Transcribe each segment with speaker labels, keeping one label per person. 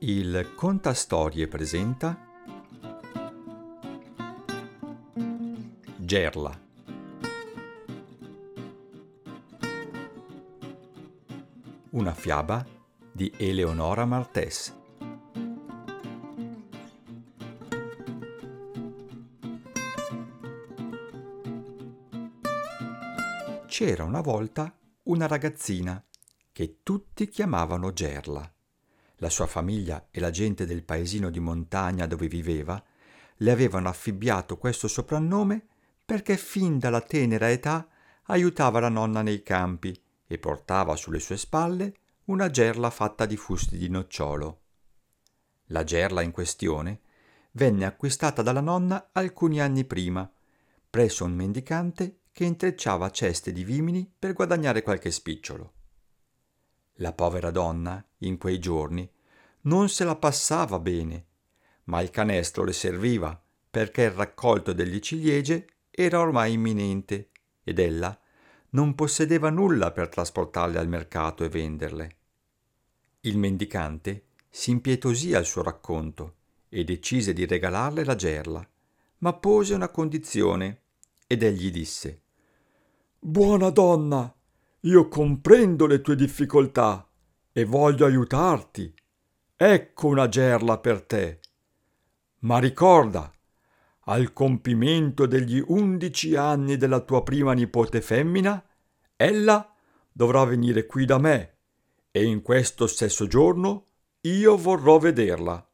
Speaker 1: Il Contastorie presenta Gerla. Una fiaba di Eleonora Martés. C'era una volta una ragazzina che tutti chiamavano Gerla. La sua famiglia e la gente del paesino di montagna dove viveva le avevano affibbiato questo soprannome perché fin dalla tenera età aiutava la nonna nei campi e portava sulle sue spalle una gerla fatta di fusti di nocciolo. La gerla in questione venne acquistata dalla nonna alcuni anni prima, presso un mendicante che intrecciava ceste di vimini per guadagnare qualche spicciolo. La povera donna, in quei giorni, non se la passava bene, ma il canestro le serviva perché il raccolto delle ciliegie era ormai imminente ed ella non possedeva nulla per trasportarle al mercato e venderle. Il mendicante si impietosì al suo racconto e decise di regalarle la gerla, ma pose una condizione ed egli disse: «Buona donna, io comprendo le tue difficoltà e voglio aiutarti. Ecco una gerla per te. Ma ricorda, al compimento degli 11 anni della tua prima nipote femmina, ella dovrà venire qui da me e in questo stesso giorno io vorrò vederla».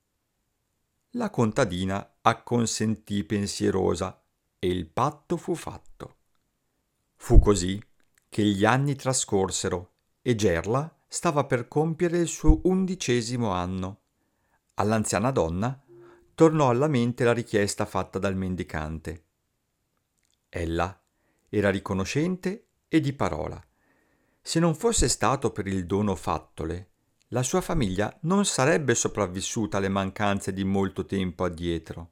Speaker 1: La contadina acconsentì pensierosa e il patto fu fatto. Fu così che gli anni trascorsero e Gerla stava per compiere il suo 11° anno. All'anziana donna tornò alla mente la richiesta fatta dal mendicante. Ella era riconoscente e di parola. Se non fosse stato per il dono fattole, la sua famiglia non sarebbe sopravvissuta alle mancanze di molto tempo addietro.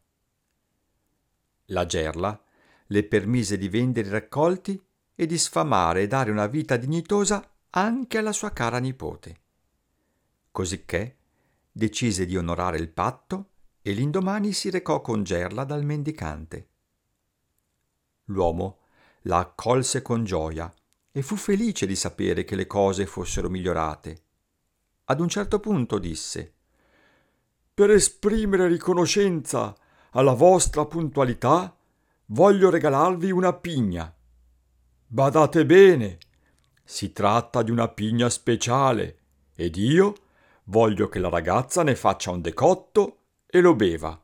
Speaker 1: La gerla le permise di vendere i raccolti e di sfamare e dare una vita dignitosa anche alla sua cara nipote. Cosicché decise di onorare il patto e l'indomani si recò con Gerla dal mendicante. L'uomo la accolse con gioia e fu felice di sapere che le cose fossero migliorate. Ad un certo punto disse: «Per esprimere riconoscenza alla vostra puntualità, voglio regalarvi una pigna. Badate bene, si tratta di una pigna speciale ed io voglio che la ragazza ne faccia un decotto e lo beva».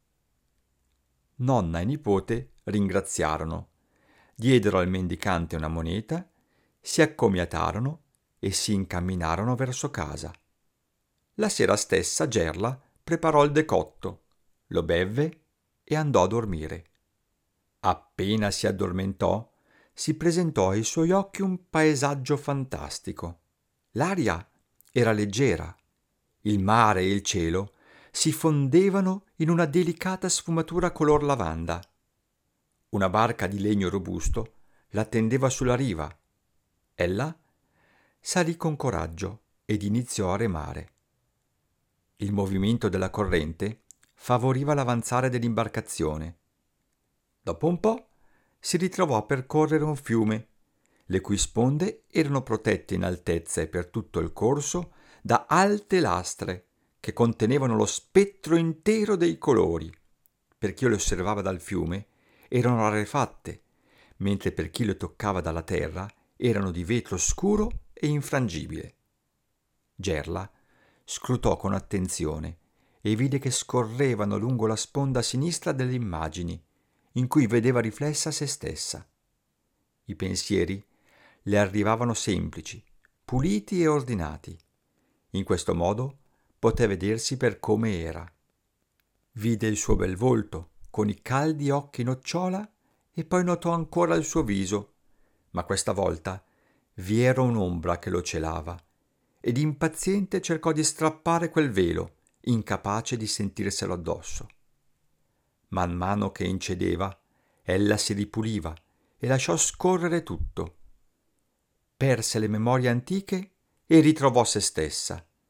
Speaker 1: Nonna e nipote ringraziarono, diedero al mendicante una moneta, si accomiatarono e si incamminarono verso casa. La sera stessa Gerla preparò il decotto, lo bevve e andò a dormire. Appena si addormentò, si presentò ai suoi occhi un paesaggio fantastico. L'aria era leggera, il mare e il cielo si fondevano in una delicata sfumatura color lavanda. Una barca di legno robusto l'attendeva sulla riva. Ella salì con coraggio ed iniziò a remare. Il movimento della corrente favoriva l'avanzare dell'imbarcazione. Dopo un po' si ritrovò a percorrere un fiume, le cui sponde erano protette in altezza e per tutto il corso da alte lastre che contenevano lo spettro intero dei colori. Per chi le osservava dal fiume erano rarefatte, mentre per chi le toccava dalla terra erano di vetro scuro e infrangibile. Gerla scrutò con attenzione e vide che scorrevano lungo la sponda sinistra delle immagini, in cui vedeva riflessa se stessa. I pensieri le arrivavano semplici, puliti e ordinati. In questo modo poté vedersi per come era. Vide il suo bel volto, con i caldi occhi nocciola, e poi notò ancora il suo viso, ma questa volta vi era un'ombra che lo celava, ed impaziente cercò di strappare quel velo, incapace di sentirselo addosso. Man mano che incedeva, ella si ripuliva e lasciò scorrere tutto. Perse le memorie antiche e ritrovò se stessa.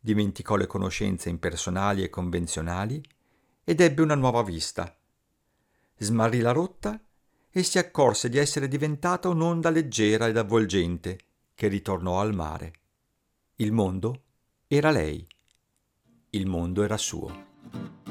Speaker 1: dimenticò le conoscenze impersonali e convenzionali ed ebbe una nuova vista. Smarrì la rotta e si accorse di essere diventata un'onda leggera ed avvolgente che ritornò al mare. Il mondo era lei. Il mondo era suo.